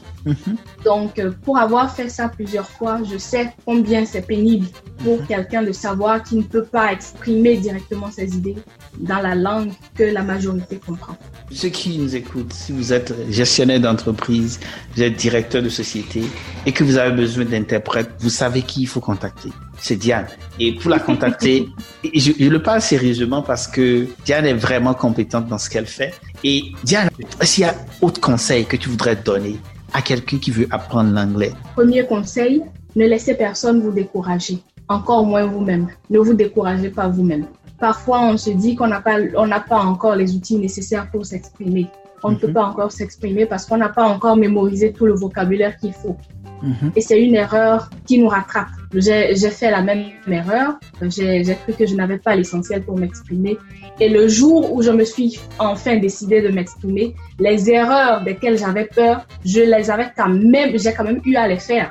Donc, pour avoir fait ça plusieurs fois, je sais combien c'est pénible pour quelqu'un de savoir qu'il ne peut pas exprimer directement ses idées dans la langue que la majorité comprend. Ceux qui nous écoutent, si vous êtes gestionnaire d'entreprise, vous êtes directeur de société et que vous avez besoin d'interprète, vous savez qui il faut contacter. C'est Diane. Et pour la contacter, et je le parle sérieusement parce que Diane est vraiment compétente dans ce qu'elle fait. Et Diane, s'il y a autre conseil que tu voudrais donner à quelqu'un qui veut apprendre l'anglais? Premier conseil, ne laissez personne vous décourager. Encore moins vous-même. Ne vous découragez pas vous-même. Parfois, on se dit qu'on n'a pas encore les outils nécessaires pour s'exprimer. On ne peut pas encore s'exprimer parce qu'on n'a pas encore mémorisé tout le vocabulaire qu'il faut. Et c'est une erreur qui nous rattrape. J'ai fait la même erreur. J'ai cru que je n'avais pas l'essentiel pour m'exprimer. Et le jour où je me suis enfin décidée de m'exprimer, les erreurs desquelles j'avais peur, j'ai quand même eu à les faire.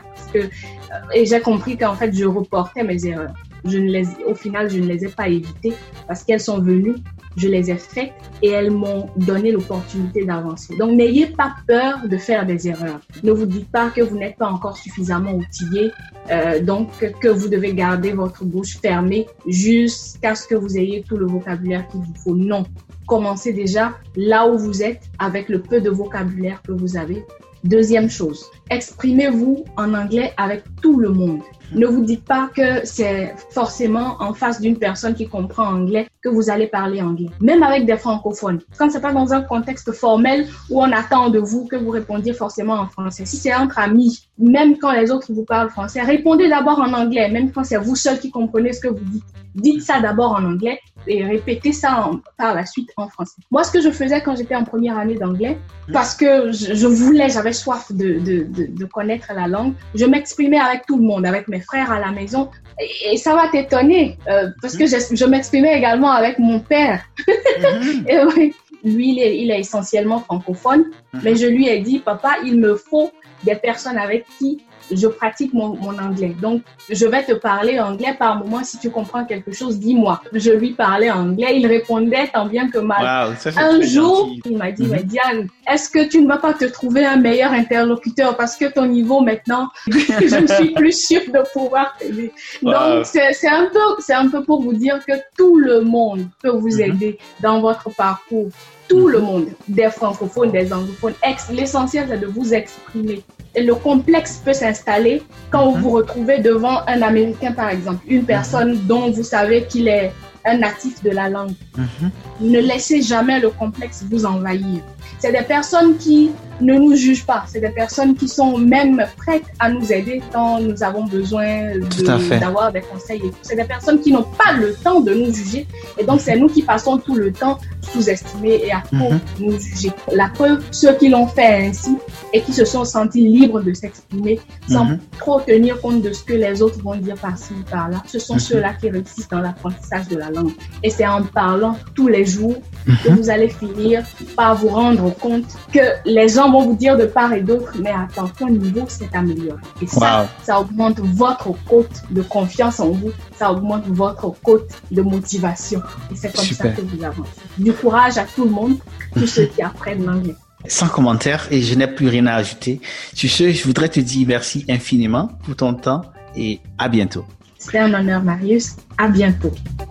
Et j'ai compris qu'en fait, je reportais mes erreurs. Au final, je ne les ai pas évitées parce qu'elles sont venues, je les ai faites et elles m'ont donné l'opportunité d'avancer. Donc, n'ayez pas peur de faire des erreurs. Ne vous dites pas que vous n'êtes pas encore suffisamment outillé, donc que vous devez garder votre bouche fermée jusqu'à ce que vous ayez tout le vocabulaire qu'il vous faut. Non. Commencez déjà là où vous êtes avec le peu de vocabulaire que vous avez. Deuxième chose, exprimez-vous en anglais avec tout le monde. Ne vous dites pas que c'est forcément en face d'une personne qui comprend anglais que vous allez parler anglais. Même avec des francophones. Quand c'est pas dans un contexte formel où on attend de vous que vous répondiez forcément en français. Si c'est entre amis, même quand les autres vous parlent français, répondez d'abord en anglais. Même quand c'est vous seul qui comprenez ce que vous dites. Dites ça d'abord en anglais et répétez ça par la suite en français. Moi, ce que je faisais quand j'étais en première année d'anglais, parce que j'avais soif de connaître la langue, je m'exprimais avec tout le monde, avec mes frères à la maison. Et ça va t'étonner, parce que je m'exprimais également avec mon père. Et oui, lui, il est essentiellement francophone, mais je lui ai dit, papa, il me faut des personnes avec qui je pratique mon anglais. Donc, je vais te parler anglais par moment. Si tu comprends quelque chose, dis-moi. Je lui parlais anglais. Il répondait tant bien que mal. Wow, un jour, il m'a dit, Diane, est-ce que tu ne vas pas te trouver un meilleur interlocuteur parce que ton niveau maintenant, je ne suis plus sûre de pouvoir t'aider. Donc, c'est un peu pour vous dire que tout le monde peut vous aider dans votre parcours. Tout le monde, des francophones, des anglophones. L'essentiel, c'est de vous exprimer. Et le complexe peut s'installer quand vous vous retrouvez devant un Américain, par exemple, une personne dont vous savez qu'il est un natif de la langue. Ne laissez jamais le complexe vous envahir. C'est des personnes qui ne nous jugent pas. C'est des personnes qui sont même prêtes à nous aider quand nous avons besoin d'avoir des conseils. C'est des personnes qui n'ont pas le temps de nous juger. Et donc, c'est nous qui passons tout le temps sous-estimés et à trop nous juger. La preuve, ceux qui l'ont fait ainsi et qui se sont sentis libres de s'exprimer sans trop tenir compte de ce que les autres vont dire par-ci ou par-là, ce sont ceux-là qui réussissent dans l'apprentissage de la langue. Et c'est en parlant tous les jours que vous allez finir par vous rendre compte que les gens vont vous dire de part et d'autre, mais attends, ton niveau s'est amélioré. Et ça augmente votre cote de confiance en vous, ça augmente votre cote de motivation. Et c'est comme ça que vous avancez. Du courage à tout le monde, tous ceux qui apprennent l'anglais. Sans commentaire, et je n'ai plus rien à ajouter. Sur ce, je voudrais te dire merci infiniment pour ton temps et à bientôt. C'était un honneur, Marius. À bientôt.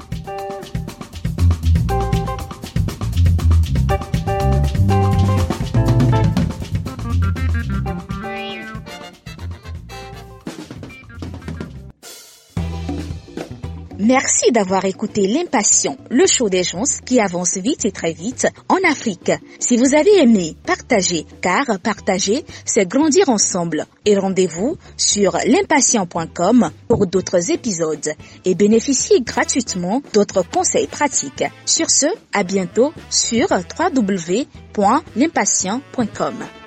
Merci d'avoir écouté L'Impatient, le show des gens qui avance vite et très vite en Afrique. Si vous avez aimé, partagez, car partager, c'est grandir ensemble. Et rendez-vous sur l'impatient.com pour d'autres épisodes et bénéficiez gratuitement d'autres conseils pratiques. Sur ce, à bientôt sur www.l'impatient.com.